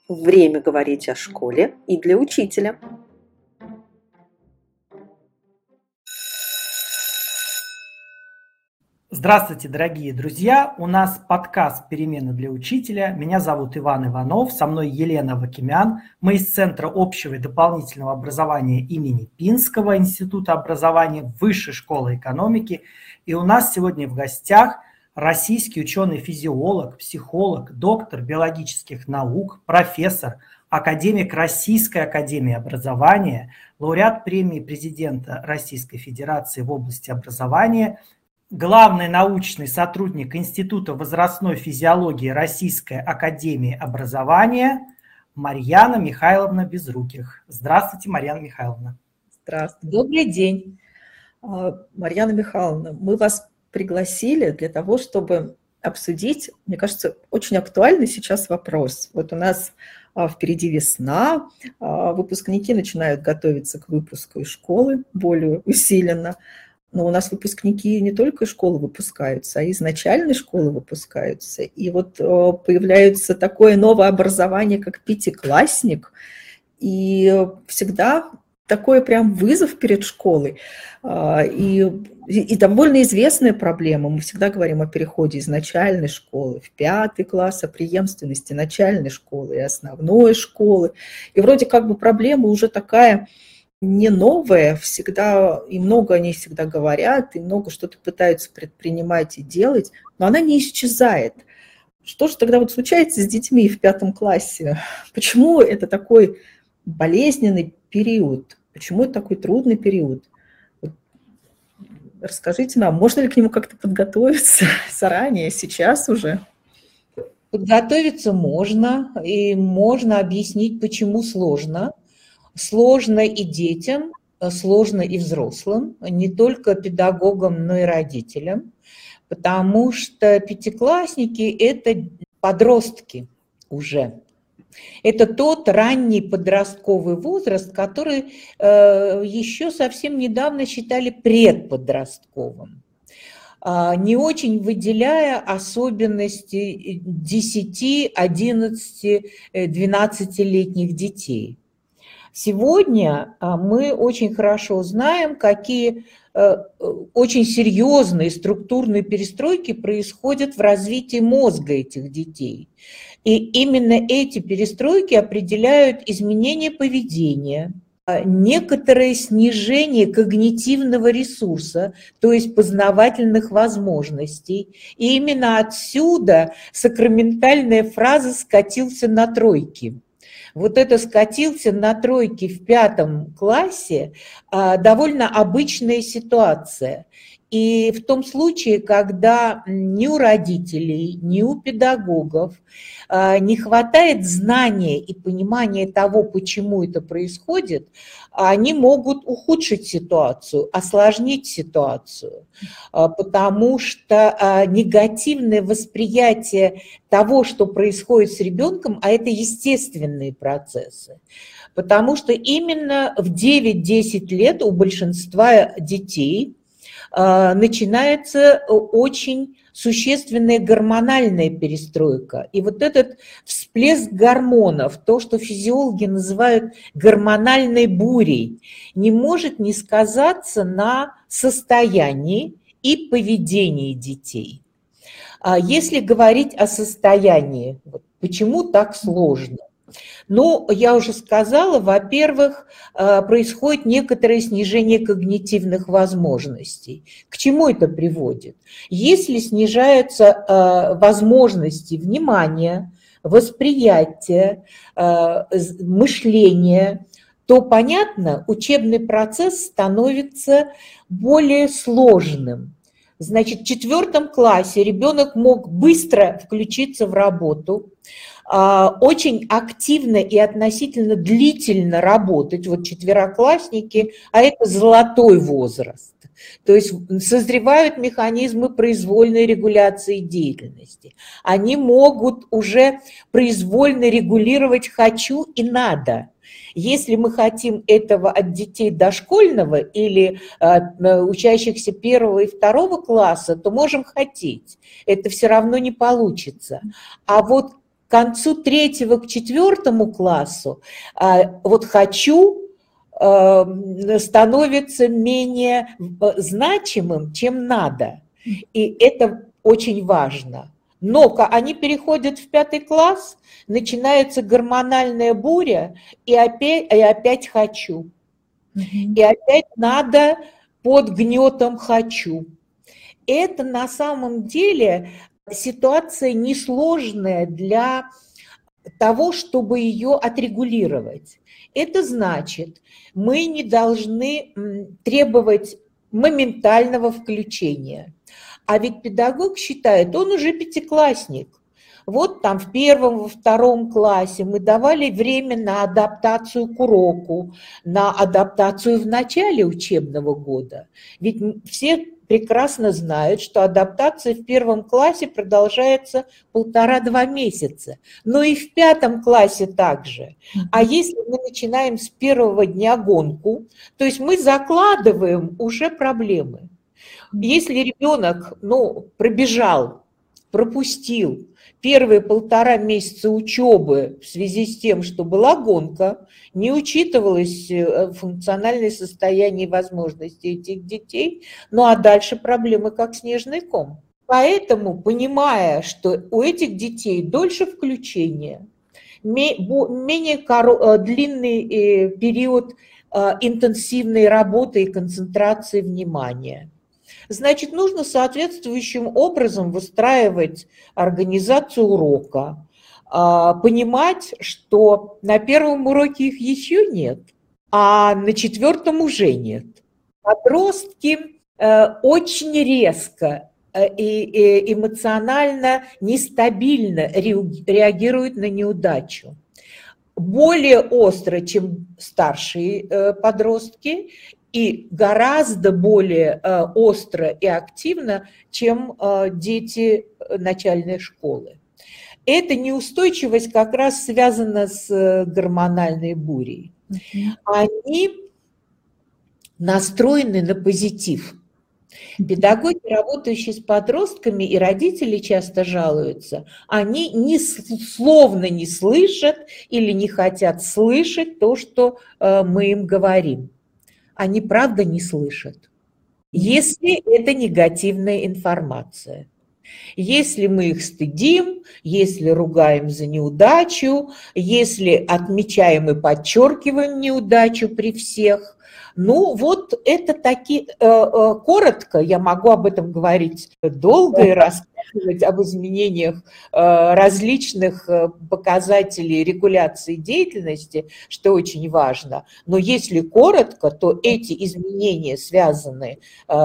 Время говорить о школе и для учителя. Здравствуйте, дорогие друзья! У нас подкаст «Перемены для учителя». Меня зовут Иван Иванов, со мной Елена Вакимян. Мы из Центра общего и дополнительного образования имени Пинского института образования Высшей школы экономики. И у нас сегодня в гостях российский ученый-физиолог, психолог, доктор биологических наук, профессор, академик Российской академии образования, лауреат премии президента Российской Федерации в области образования, главный научный сотрудник Института возрастной физиологии Российской академии образования Марьяна Михайловна Безруких. Здравствуйте, Марьяна Михайловна. Здравствуйте. Добрый день. Марьяна Михайловна, мы вас пригласили для того, чтобы обсудить, мне кажется, очень актуальный сейчас вопрос. Вот у нас впереди весна, выпускники начинают готовиться к выпуску из школы более усиленно. Но у нас выпускники не только из школы выпускаются, а из начальной школы выпускаются. И вот появляется такое новое образование, как пятиклассник. И всегда такой прям вызов перед школой. И довольно известная проблема. Мы всегда говорим о переходе из начальной школы в 5 класс, о преемственности начальной школы и основной школы. И вроде как бы проблема уже такая не новое, всегда, и много они всегда говорят, и много что-то пытаются предпринимать и делать, но она не исчезает. Что же тогда вот случается с детьми в 5 классе? Почему это такой болезненный период? Почему это такой трудный период? Вот расскажите нам, можно ли к нему как-то подготовиться заранее, сейчас уже? Подготовиться можно, и можно объяснить, почему сложно. Сложно и детям, сложно и взрослым, не только педагогам, но и родителям, потому что пятиклассники – это подростки уже. Это тот ранний подростковый возраст, который еще совсем недавно считали предподростковым, не очень выделяя особенности 10, 11, 12-летних детей. Сегодня мы очень хорошо знаем, какие очень серьезные структурные перестройки происходят в развитии мозга этих детей. И именно эти перестройки определяют изменение поведения, некоторое снижение когнитивного ресурса, то есть познавательных возможностей. И именно отсюда сакраментальная фраза «скатился на тройки». Вот это «скатился на тройки» в 5 классе довольно обычная ситуация. И в том случае, когда ни у родителей, ни у педагогов не хватает знания и понимания того, почему это происходит, они могут ухудшить ситуацию, осложнить ситуацию, потому что негативное восприятие того, что происходит с ребенком, а это естественные процессы. Потому что именно в 9-10 лет у большинства детей начинается очень существенная гормональная перестройка. И вот этот всплеск гормонов, то, что физиологи называют гормональной бурей, не может не сказаться на состоянии и поведении детей. Если говорить о состоянии, почему так сложно? Ну, я уже сказала, во-первых, происходит некоторое снижение когнитивных возможностей. К чему это приводит? Если снижаются возможности внимания, восприятия, мышления, то, понятно, учебный процесс становится более сложным. Значит, в 4 классе ребенок мог быстро включиться в работу, очень активно и относительно длительно работать, вот 4-классники, а это золотой возраст. То есть созревают механизмы произвольной регуляции деятельности. Они могут уже произвольно регулировать «хочу» и «надо». Если мы хотим этого от детей дошкольного или учащихся 1 и 2 класса, то можем хотеть. Это все равно не получится. А вот концу 3-го к 4-му классу вот «хочу» становится менее значимым, чем надо. И это очень важно. Но они переходят в 5 класс, начинается гормональная буря, и опять «хочу». И опять надо под гнетом «хочу». Это на самом деле ситуация несложная для того, чтобы ее отрегулировать. Это значит, мы не должны требовать моментального включения. А ведь педагог считает, он уже 5-классник. Вот там в 1-м, во 2-м классе мы давали время на адаптацию к уроку, на адаптацию в начале учебного года. Ведь все прекрасно знают, что адаптация в 1-м классе продолжается 1,5-2 месяца. Но и в 5-м классе также. А если мы начинаем с 1-го дня гонку, то есть мы закладываем уже проблемы. Если ребенок, пробежал, пропустил первые 1,5 месяца учебы в связи с тем, что была гонка, не учитывалось функциональное состояние и возможности этих детей, а дальше проблемы как снежный ком. Поэтому, понимая, что у этих детей дольше включения, менее длинный период интенсивной работы и концентрации внимания, значит, нужно соответствующим образом выстраивать организацию урока, понимать, что на 1-м уроке их еще нет, а на 4-м уже нет. Подростки очень резко и эмоционально нестабильно реагируют на неудачу. Более остро, чем старшие подростки, и гораздо более остро и активно, чем дети начальной школы. Эта неустойчивость как раз связана с гормональной бурей. Они настроены на позитив. Педагоги, работающие с подростками, и родители часто жалуются, они словно не слышат или не хотят слышать то, что мы им говорим. Они правда не слышат, если это негативная информация. Если мы их стыдим, если ругаем за неудачу, если отмечаем и подчеркиваем неудачу при всех, вот это коротко, я могу об этом говорить долго и рассказывать об изменениях различных показателей регуляции деятельности, что очень важно. Но если коротко, то эти изменения связаны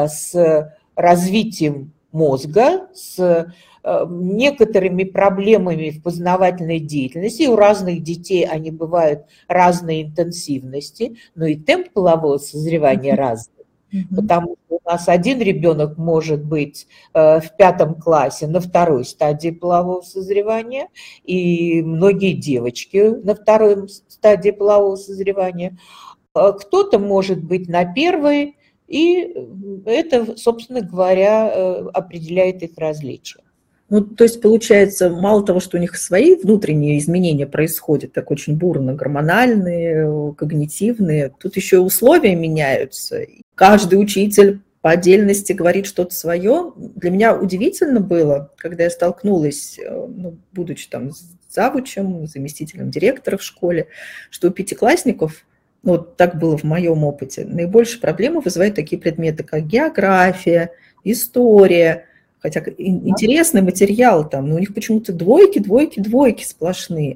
с развитием мозга, с некоторыми проблемами в познавательной деятельности. И у разных детей они бывают разной интенсивности, но и темп полового созревания разный. Потому что у нас один ребенок может быть в 5 классе на 2-й стадии полового созревания, и многие девочки на 2-й стадии полового созревания. Кто-то может быть на 1-й, и это, собственно говоря, определяет их различия. То есть, получается, мало того, что у них свои внутренние изменения происходят, так очень бурно, гормональные, когнитивные, тут еще и условия меняются. Каждый учитель по отдельности говорит что-то свое. Для меня удивительно было, когда я столкнулась, будучи там завучем, заместителем директора в школе, что у 5-классников, так было в моем опыте, наибольшие проблемы вызывают такие предметы, как география, история. Хотя интересный материал там, но у них почему-то двойки сплошные.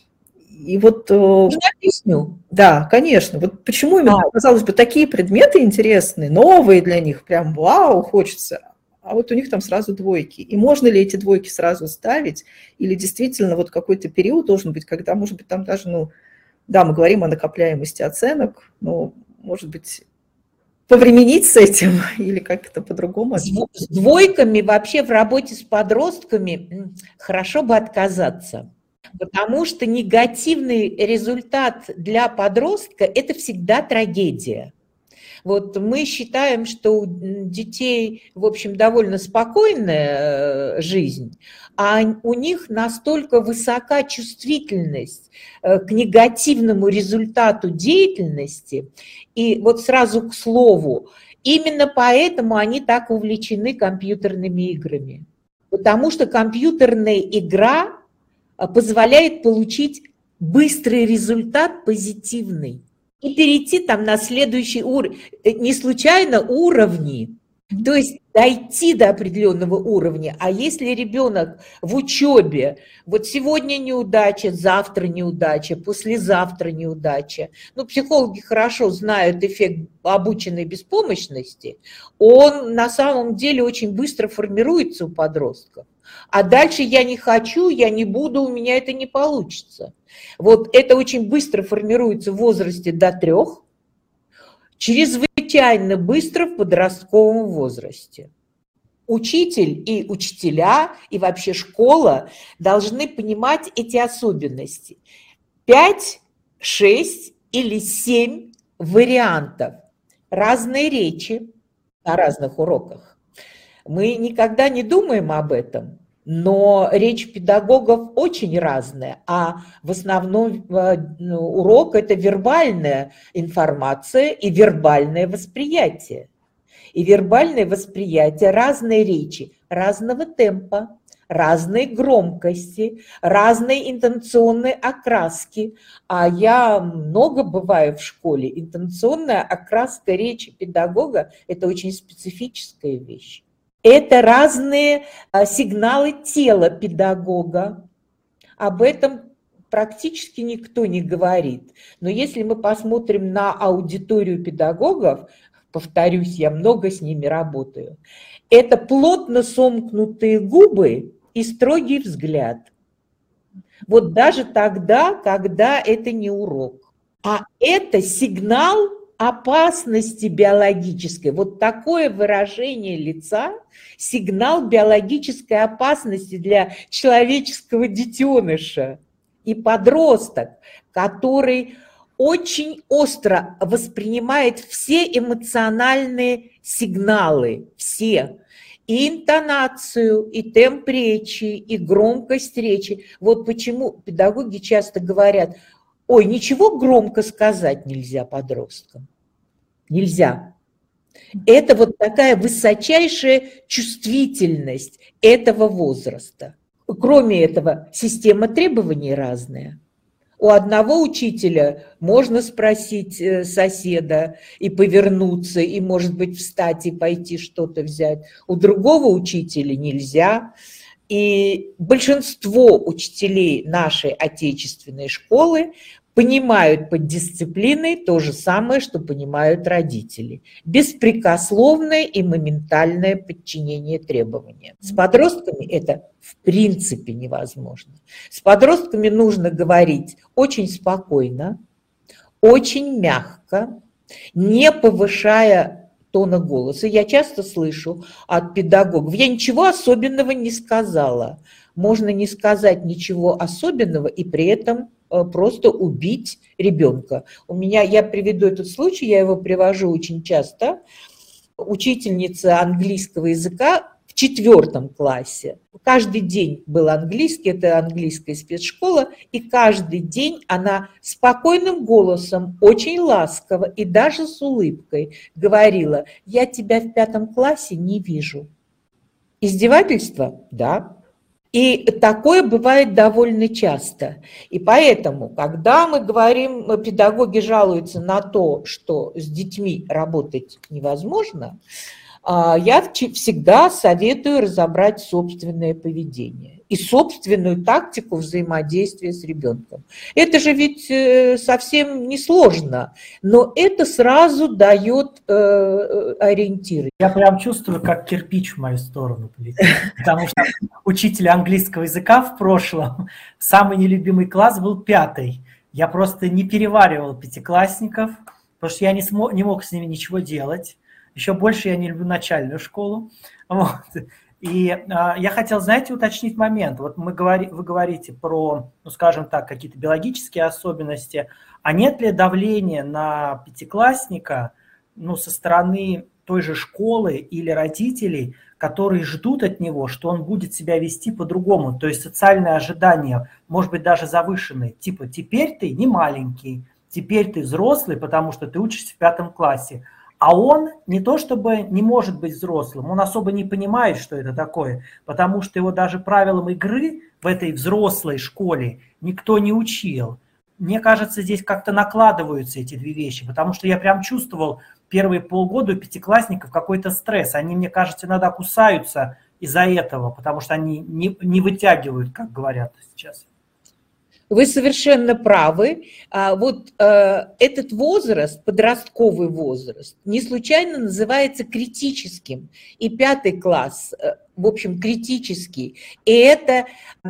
И Я объясню. Да, конечно. Вот почему именно, казалось бы, такие предметы интересные, новые для них, прям вау, хочется, а вот у них там сразу двойки. И можно ли эти двойки сразу ставить? Или действительно вот какой-то период должен быть, когда, может быть, там даже, мы говорим о накопляемости оценок, но, может быть, повременить с этим или как-то по-другому? С двойками вообще в работе с подростками хорошо бы отказаться, потому что негативный результат для подростка – это всегда трагедия. Вот мы считаем, что у детей, в общем, довольно спокойная жизнь, а у них настолько высока чувствительность к негативному результату деятельности. И вот сразу к слову, именно поэтому они так увлечены компьютерными играми. Потому что компьютерная игра позволяет получить быстрый результат позитивный и перейти там на следующий уровень, не случайно уровни, то есть дойти до определенного уровня. А если ребенок в учебе, вот сегодня неудача, завтра неудача, послезавтра неудача, ну, психологи хорошо знают эффект обученной беспомощности, он на самом деле очень быстро формируется у подростков. А дальше я не хочу, я не буду, у меня это не получится. Вот это очень быстро формируется в возрасте до 3, чрезвычайно быстро в подростковом возрасте. Учитель и учителя, и вообще школа должны понимать эти особенности. 5, 6 или 7 вариантов разной речи на разных уроках. Мы никогда не думаем об этом, но речь педагогов очень разная, а в основном урок – это вербальная информация и вербальное восприятие. И вербальное восприятие разной речи, разного темпа, разной громкости, разной интонационной окраски. А я много бываю в школе. Интонационная окраска речи педагога – это очень специфическая вещь. Это разные сигналы тела педагога. Об этом практически никто не говорит. Но если мы посмотрим на аудиторию педагогов, повторюсь, я много с ними работаю, это плотно сомкнутые губы и строгий взгляд. Вот даже тогда, когда это не урок. А это сигнал опасности биологической. Вот такое выражение лица – сигнал биологической опасности для человеческого детеныша. И подросток, который очень остро воспринимает все эмоциональные сигналы, все, и интонацию, и темп речи, и громкость речи. Вот почему педагоги часто говорят: ой, ничего громко сказать нельзя подросткам. Нельзя. Это вот такая высочайшая чувствительность этого возраста. Кроме этого, система требований разная. У одного учителя можно спросить соседа и повернуться, и, может быть, встать и пойти что-то взять. У другого учителя нельзя. И большинство учителей нашей отечественной школы понимают под дисциплиной то же самое, что понимают родители. Беспрекословное и моментальное подчинение требованиям. С подростками это в принципе невозможно. С подростками нужно говорить очень спокойно, очень мягко, не повышая тона голоса. Я часто слышу от педагогов: я ничего особенного не сказала. Можно не сказать ничего особенного и при этом просто убить ребенка. Я приведу этот случай, я его привожу очень часто. Учительница английского языка в 4 классе. Каждый день был английский, это английская спецшкола, и каждый день она спокойным голосом, очень ласково и даже с улыбкой говорила: я тебя в 5 классе не вижу. Издевательство? Да. И такое бывает довольно часто. И поэтому, когда мы говорим, педагоги жалуются на то, что с детьми работать невозможно, я всегда советую разобрать собственное поведение и собственную тактику взаимодействия с ребенком. Это же ведь совсем не сложно, но это сразу дает ориентиры. Я прям чувствую, как кирпич в мою сторону полетел, потому что учитель английского языка в прошлом, самый нелюбимый класс был 5. Я просто не переваривал 5-классников, потому что я не мог с ними ничего делать. Еще больше я не люблю начальную школу. Вот. И я хотел, знаете, уточнить момент. Вот вы говорите про, ну, скажем так, какие-то биологические особенности. А нет ли давления на 5-классника ну, со стороны той же школы или родителей, которые ждут от него, что он будет себя вести по-другому. То есть социальные ожидания, может быть, даже завышенные. Типа, теперь ты не маленький, теперь ты взрослый, потому что ты учишься в 5 классе. А он не то чтобы не может быть взрослым, он особо не понимает, что это такое, потому что его даже правилам игры в этой взрослой школе никто не учил. Мне кажется, здесь как-то накладываются эти две вещи, потому что я прям чувствовал первые полгода у 5-классников какой-то стресс. Они, мне кажется, иногда кусаются из-за этого, потому что они не вытягивают, как говорят сейчас. Вы совершенно правы. Вот этот возраст, подростковый возраст, не случайно называется критическим. И 5 класс, в общем, критический. И это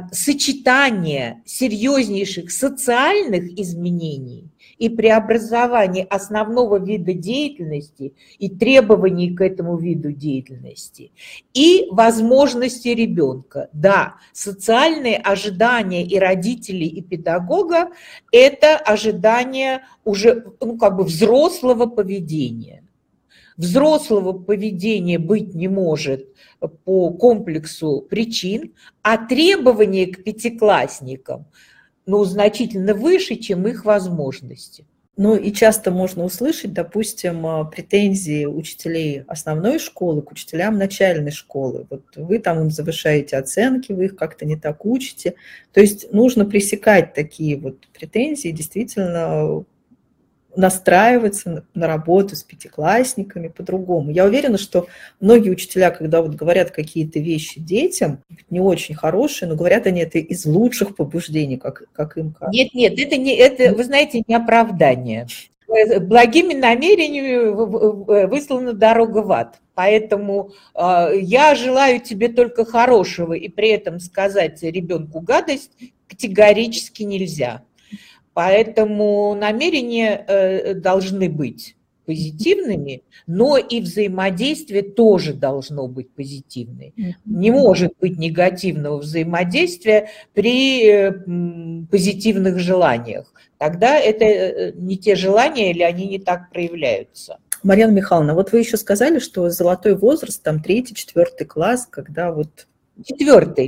сочетание серьезнейших социальных изменений и преобразование основного вида деятельности и требований к этому виду деятельности, и возможности ребенка. Да, социальные ожидания и родителей, и педагога – это ожидание уже как бы взрослого поведения. Взрослого поведения быть не может по комплексу причин, а требования к 5-классникам значительно выше, чем их возможности. Ну и часто можно услышать, допустим, претензии учителей основной школы к учителям начальной школы. Вот вы там им завышаете оценки, вы их как-то не так учите. То есть нужно пресекать такие вот претензии, действительно настраиваться на работу с 5-классниками по-другому. Я уверена, что многие учителя, когда вот говорят какие-то вещи детям, не очень хорошие, но говорят они это из лучших побуждений, как им кажется. Нет, это, вы знаете, не оправдание. Благими намерениями выслана дорога в ад. Поэтому я желаю тебе только хорошего, и при этом сказать ребенку гадость категорически нельзя. Поэтому намерения должны быть позитивными, но и взаимодействие тоже должно быть позитивное. Не может быть негативного взаимодействия при позитивных желаниях. Тогда это не те желания или они не так проявляются. Марьяна Михайловна, вот вы еще сказали, что золотой возраст, там 3-4 класс, когда вот... Четвертый,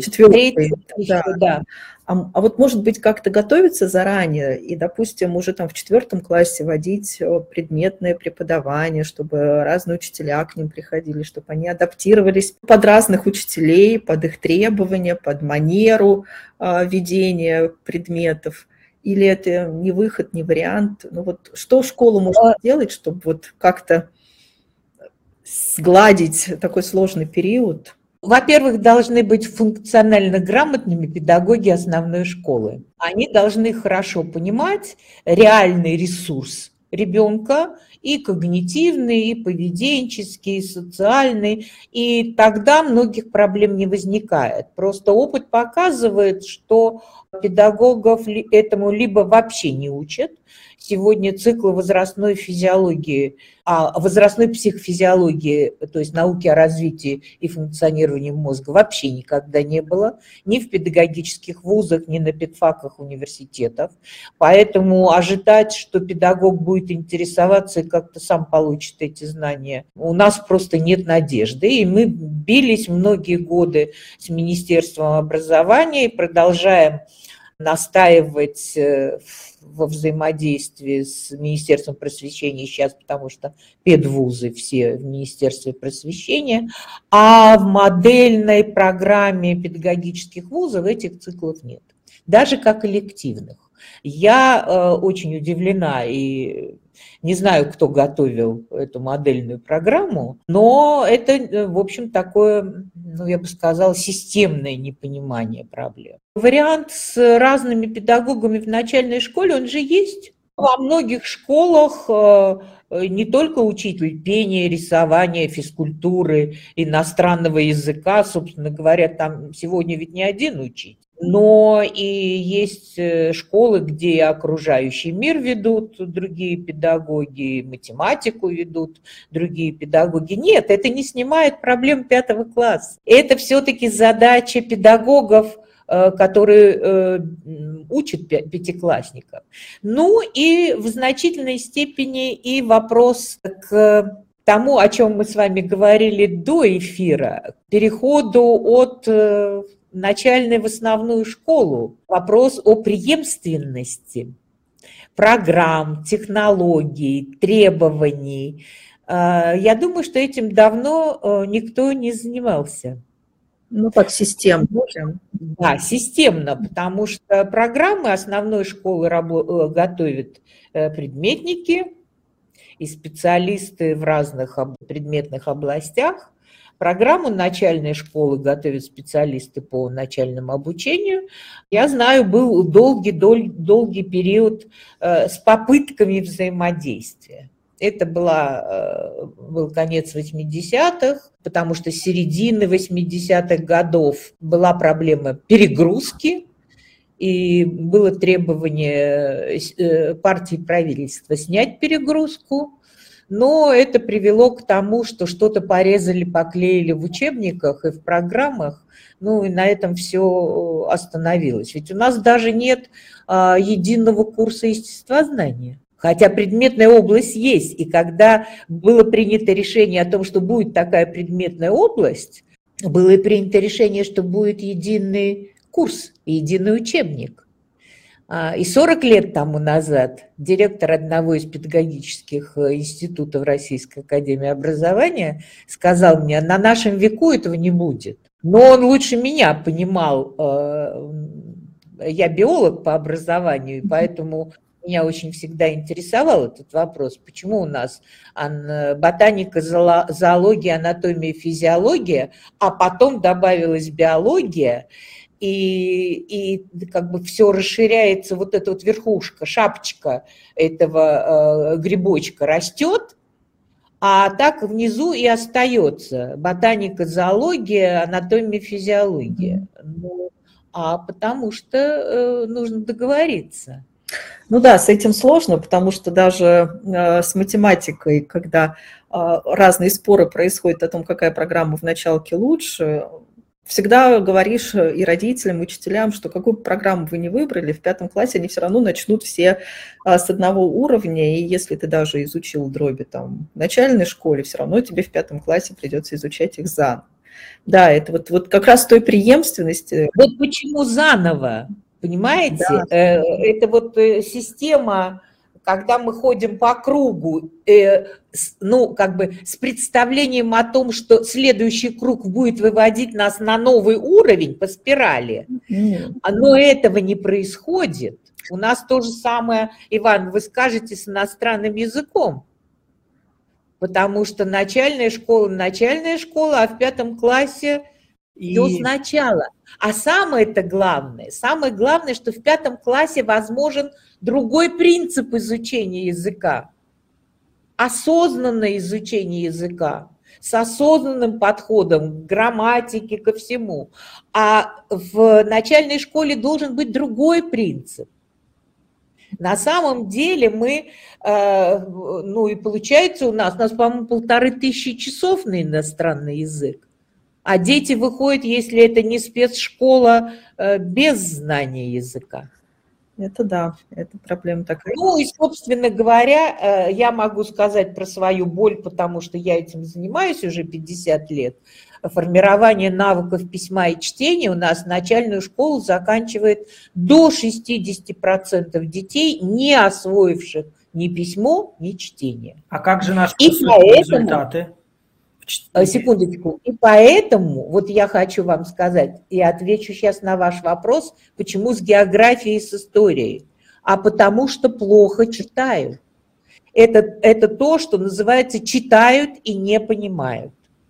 да. А вот, может быть, как-то готовиться заранее и, допустим, уже там в 4 классе вводить предметное преподавание, чтобы разные учителя к ним приходили, чтобы они адаптировались под разных учителей, под их требования, под манеру ведения предметов. Или это не выход, не вариант? Ну вот что школа может сделать, чтобы вот как-то сгладить такой сложный период? Во-первых, должны быть функционально грамотными педагоги основной школы. Они должны хорошо понимать реальный ресурс ребенка, и когнитивный, и поведенческий, и социальный, и тогда многих проблем не возникает. Просто опыт показывает, что педагогов этому либо вообще не учат. Сегодня циклы возрастной физиологии, возрастной психофизиологии, то есть науки о развитии и функционировании мозга, вообще никогда не было ни в педагогических вузах, ни на педфаках университетов. Поэтому ожидать, что педагог будет интересоваться и как-то сам получит эти знания, у нас просто нет надежды. И мы бились многие годы с Министерством образования и продолжаем настаивать во взаимодействии с Министерством просвещения сейчас, потому что педвузы все в Министерстве просвещения, а в модельной программе педагогических вузов этих циклов нет, даже как элективных. Я очень удивлена и не знаю, кто готовил эту модельную программу, но это, в общем, такое, я бы сказала, системное непонимание проблем. Вариант с разными педагогами в начальной школе, он же есть. Во многих школах не только учитель пения, рисования, физкультуры, иностранного языка, собственно говоря, там сегодня ведь не один учитель. Но и есть школы, где окружающий мир ведут другие педагоги, математику ведут другие педагоги. Нет, это не снимает проблем 5 класса. Это все-таки задача педагогов который учит пятиклассников. Ну и в значительной степени и вопрос к тому, о чем мы с вами говорили до эфира, к переходу от начальной в основную школу. Вопрос о преемственности программ, технологий, требований. Я думаю, что этим давно никто не занимался. Ну, так системно. Да, системно, потому что программы основной школы готовят предметники и специалисты в разных предметных областях. Программу начальной школы готовят специалисты по начальному обучению. Я знаю, был долгий период с попытками взаимодействия. Это был конец 80-х, потому что с середины 80-х годов была проблема перегрузки, и было требование партии и правительства снять перегрузку, но это привело к тому, что что-то порезали, поклеили в учебниках и в программах, ну и на этом все остановилось. Ведь у нас даже нет единого курса естествознания. Хотя предметная область есть, и когда было принято решение о том, что будет такая предметная область, было и принято решение, что будет единый курс, единый учебник. И 40 лет тому назад директор одного из педагогических институтов Российской академии образования сказал мне: на нашем веку этого не будет. Но он лучше меня понимал, я биолог по образованию, и поэтому меня очень всегда интересовал этот вопрос, почему у нас ботаника, зоология, анатомия, физиология, а потом добавилась биология, и как бы все расширяется, вот эта вот верхушка, шапочка этого грибочка растет, а так внизу и остается ботаника, зоология, анатомия, физиология. Ну, потому что нужно договориться. Ну да, с этим сложно, потому что даже с математикой, когда разные споры происходят о том, какая программа в началке лучше, всегда говоришь и родителям, и учителям, что какую программу вы не выбрали, в 5 классе они все равно начнут все с одного уровня, и если ты даже изучил дроби там, в начальной школе, все равно тебе в 5 классе придется изучать их заново. Да, это вот как раз той преемственности. Вот почему заново? Понимаете, да. Это вот система, когда мы ходим по кругу, ну, как бы с представлением о том, что следующий круг будет выводить нас на новый уровень по спирали, но этого не происходит. У нас то же самое, Иван, вы скажете, с иностранным языком, потому что начальная школа, а в 5 классе все сначала. А самое главное, что в 5 классе возможен другой принцип изучения языка. Осознанное изучение языка, с осознанным подходом к грамматике, ко всему. А в начальной школе должен быть другой принцип. На самом деле мы, ну и получается у нас, по-моему, 1500 часов на иностранный язык. А дети выходят, если это не спецшкола, без знания языка. Это да, это проблема такая. Ну и, собственно говоря, я могу сказать про свою боль, потому что я этим занимаюсь уже 50 лет. Формирование навыков письма и чтения у нас начальную школу заканчивает до 60% детей, не освоивших ни письмо, ни чтение. А как же наши результаты? Секундочку. И поэтому, вот я хочу вам сказать, и отвечу сейчас на ваш вопрос, почему с географией и с историей. А потому что плохо читают. Это то, что называется читают и не понимают.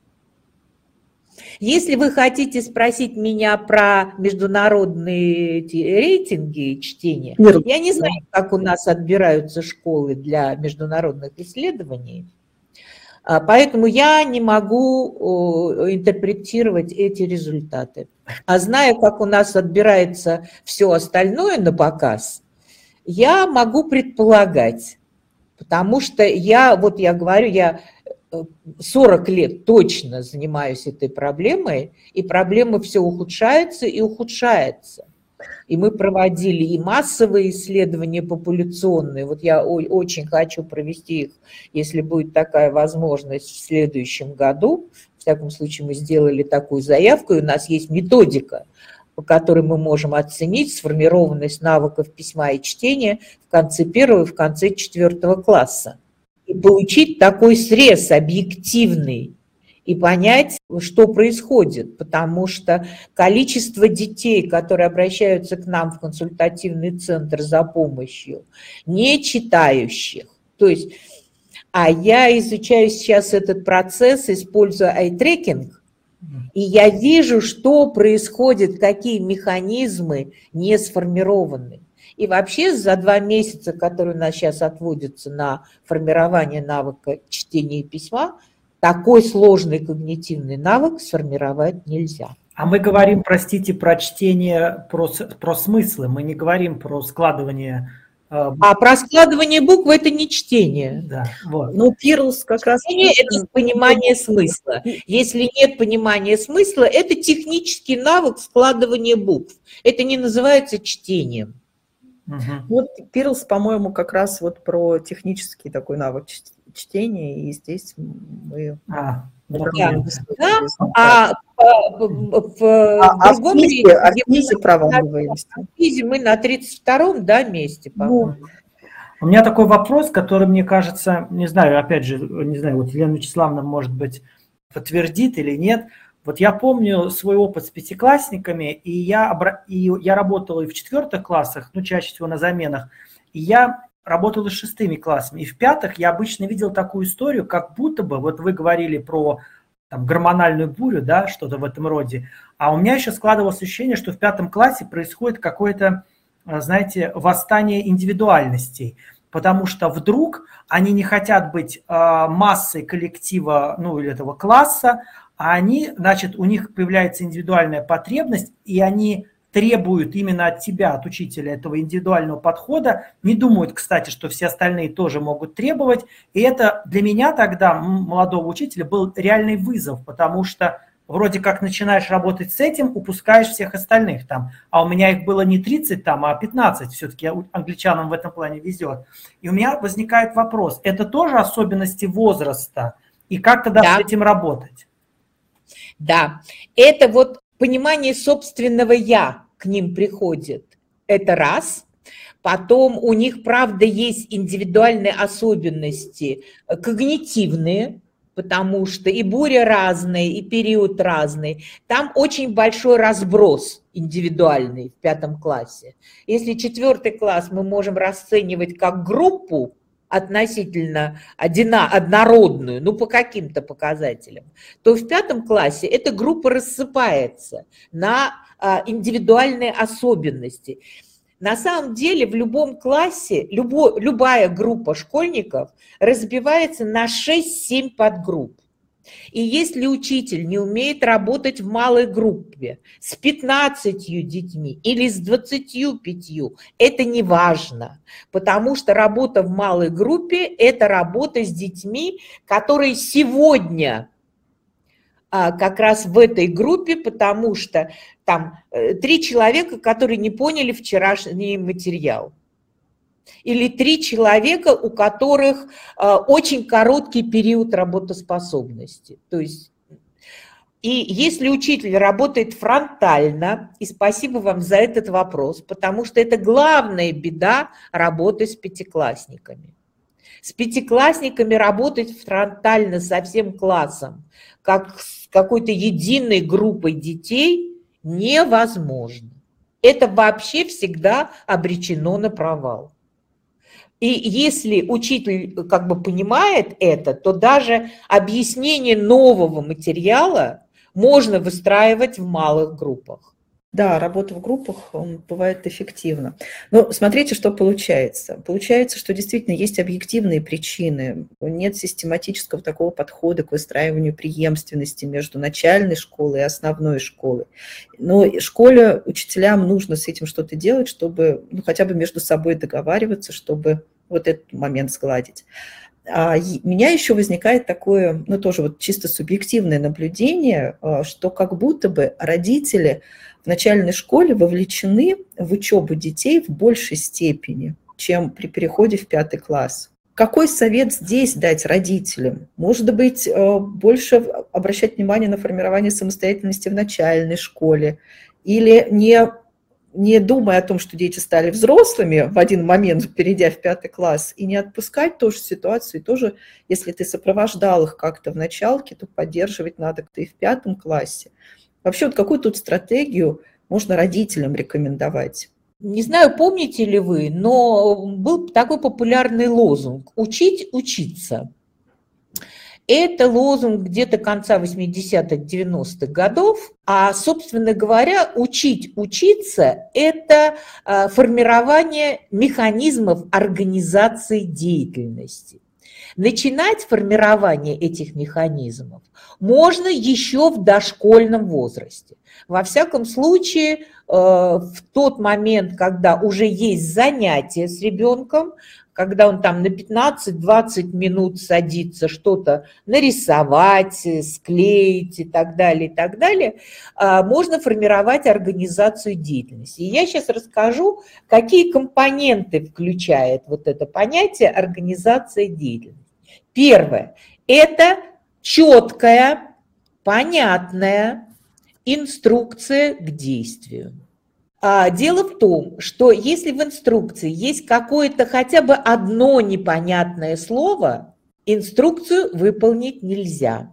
Если вы хотите спросить меня про международные рейтинги чтения, я не знаю, как у нас отбираются школы для международных исследований. Поэтому я не могу интерпретировать эти результаты. А зная, как у нас отбирается все остальное на показ, я могу предполагать. Потому что я говорю, я 40 лет точно занимаюсь этой проблемой, и проблема все ухудшается и ухудшается. И мы проводили и массовые исследования популяционные. Вот я очень хочу провести их, если будет такая возможность, в следующем году. В всяком случае, мы сделали такую заявку, и у нас есть методика, по которой мы можем оценить сформированность навыков письма и чтения в конце 1 и в конце 4 класса. И получить такой срез объективный и понять, что происходит, потому что количество детей, которые обращаются к нам в консультативный центр за помощью, не читающих, то есть, я изучаю сейчас этот процесс, используя ай-трекинг, и я вижу, что происходит, какие механизмы не сформированы. И вообще за 2 месяца, которые у нас сейчас отводятся на формирование навыка чтения и письма, такой сложный когнитивный навык сформировать нельзя. А мы говорим, простите, про чтение, про смыслы, мы не говорим про складывание. А про складывание букв – это не чтение. Да, вот. Ну, Пирлс как раз… Чтение – это понимание смысла. Если нет понимания смысла, это технический навык складывания букв. Это не называется чтением. Угу. Вот Пирлс, по-моему, как раз вот про технический такой навык чтения, и здесь мы… Да, в другом физе проваливаемся. В физе мы на 32-м месте. У меня такой вопрос, который, мне кажется, не знаю, опять же, не знаю, вот Елена Вячеславовна, может быть, подтвердит или нет. Вот я помню свой опыт с пятиклассниками, и я работал и в 4 классах, ну, чаще всего на заменах, и я работал и с 6 классами. И в 5 я обычно видел такую историю, как будто бы, вот вы говорили про там, гормональную бурю, да, что-то в этом роде, а у меня еще складывалось ощущение, что в 5 классе происходит какое-то, знаете, восстание индивидуальностей, потому что вдруг они не хотят быть массой коллектива, ну, или этого класса, а они, значит, у них появляется индивидуальная потребность, и они требуют именно от тебя, от учителя, этого индивидуального подхода, не думают, кстати, что все остальные тоже могут требовать, и это для меня тогда, молодого учителя, был реальный вызов, потому что вроде как начинаешь работать с этим, упускаешь всех остальных там, а у меня их было не 30 там, а 15, все-таки англичанам в этом плане везет. И у меня возникает вопрос, это тоже особенности возраста, и как тогда с этим работать? Да, это вот понимание собственного «я» к ним приходит. Это раз. Потом у них, правда, есть индивидуальные особенности когнитивные, потому что и буря разная, и период разный. Там очень большой разброс индивидуальный в 5 классе. Если 4 класс мы можем расценивать как группу, относительно однородную, ну, по каким-то показателям, то в 5 классе эта группа рассыпается на индивидуальные особенности. На самом деле в любом классе любая группа школьников разбивается на 6-7 подгрупп. И если учитель не умеет работать в малой группе с 15 детьми или с 25, это не важно, потому что работа в малой группе – это работа с детьми, которые сегодня как раз в этой группе, потому что там 3 человека, которые не поняли вчерашний материал. Или 3 человека, у которых очень короткий период работоспособности. То есть, и если учитель работает фронтально, и спасибо вам за этот вопрос, потому что это главная беда работы с 5-классниками. С 5-классниками работать фронтально со всем классом, как с какой-то единой группой детей, невозможно. Это вообще всегда обречено на провал. И если учитель как бы понимает это, то даже объяснение нового материала можно выстраивать в малых группах. Да, работа в группах бывает эффективна. Но смотрите, что получается. Получается, что действительно есть объективные причины. Нет систематического такого подхода к выстраиванию преемственности между начальной школой и основной школой. Но школе, учителям нужно с этим что-то делать, чтобы хотя бы между собой договариваться, чтобы вот этот момент сгладить. У меня еще возникает такое, ну, тоже вот чисто субъективное наблюдение, что как будто бы родители в начальной школе вовлечены в учебу детей в большей степени, чем при переходе в 5 класс. Какой совет здесь дать родителям? Может быть, больше обращать внимание на формирование самостоятельности в начальной школе или не думая о том, что дети стали взрослыми в один момент, перейдя в 5 класс, и не отпускать тоже ситуацию, и тоже, если ты сопровождал их как-то в началке, то поддерживать надо и в 5 классе. Вообще, вот какую тут стратегию можно родителям рекомендовать? Не знаю, помните ли вы, но был такой популярный лозунг «Учить, учиться». Это лозунг где-то конца 80-х, 90-х годов, а, собственно говоря, учить, учиться – это формирование механизмов организации деятельности. Начинать формирование этих механизмов можно еще в дошкольном возрасте. Во всяком случае, в тот момент, когда уже есть занятия с ребенком, когда он там на 15-20 минут садится что-то нарисовать, склеить и так далее, можно формировать организацию деятельности. И я сейчас расскажу, какие компоненты включает вот это понятие организация деятельности. Первое – это четкая, понятная инструкция к действию. Дело в том, что если в инструкции есть какое-то хотя бы одно непонятное слово, инструкцию выполнить нельзя.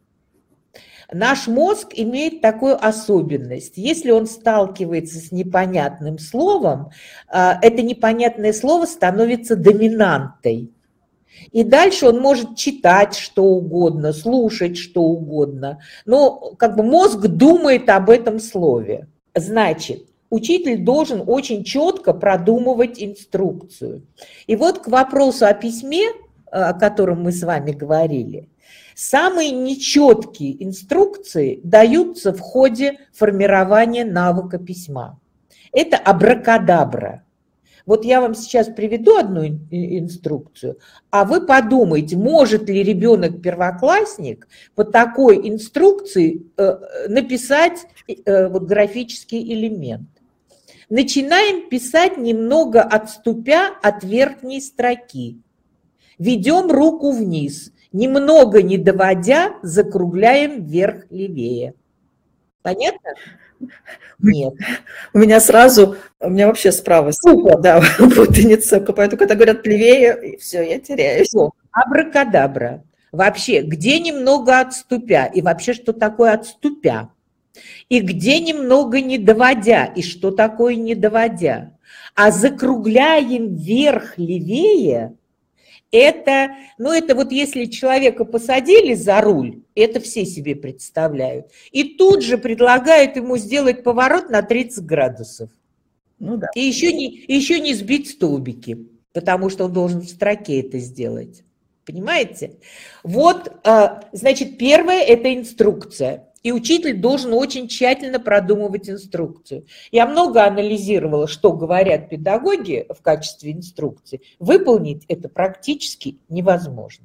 Наш мозг имеет такую особенность. Если он сталкивается с непонятным словом, это непонятное слово становится доминантой. И дальше он может читать что угодно, слушать что угодно, но как бы мозг думает об этом слове. Значит, учитель должен очень четко продумывать инструкцию. И вот к вопросу о письме, о котором мы с вами говорили, самые нечеткие инструкции даются в ходе формирования навыка письма. Это абракадабра. Вот я вам сейчас приведу одну инструкцию, а вы подумайте, может ли ребенок-первоклассник по такой инструкции написать вот графический элемент. Начинаем писать, немного отступя от верхней строки. Ведем руку вниз, немного не доводя, закругляем вверх левее. Понятно? Нет. У меня вообще справа да, путаница, поэтому когда говорят плевее, все, я теряюсь. Все, абракадабра. Вообще, где немного отступя, и вообще, что такое отступя? И где немного не доводя, и что такое не доводя? А закругляем вверх левее, это вот если человека посадили за руль, это все себе представляют, и тут же предлагают ему сделать поворот на 30 градусов. Ну да. И еще не сбить столбики, потому что он должен в строке это сделать. Понимаете? Вот, значит, первое – это инструкция. И учитель должен очень тщательно продумывать инструкцию. Я много анализировала, что говорят педагоги в качестве инструкции. Выполнить это практически невозможно.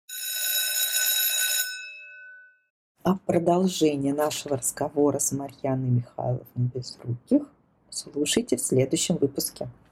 А продолжение нашего разговора с Марьяной Михайловной Безруких слушайте в следующем выпуске.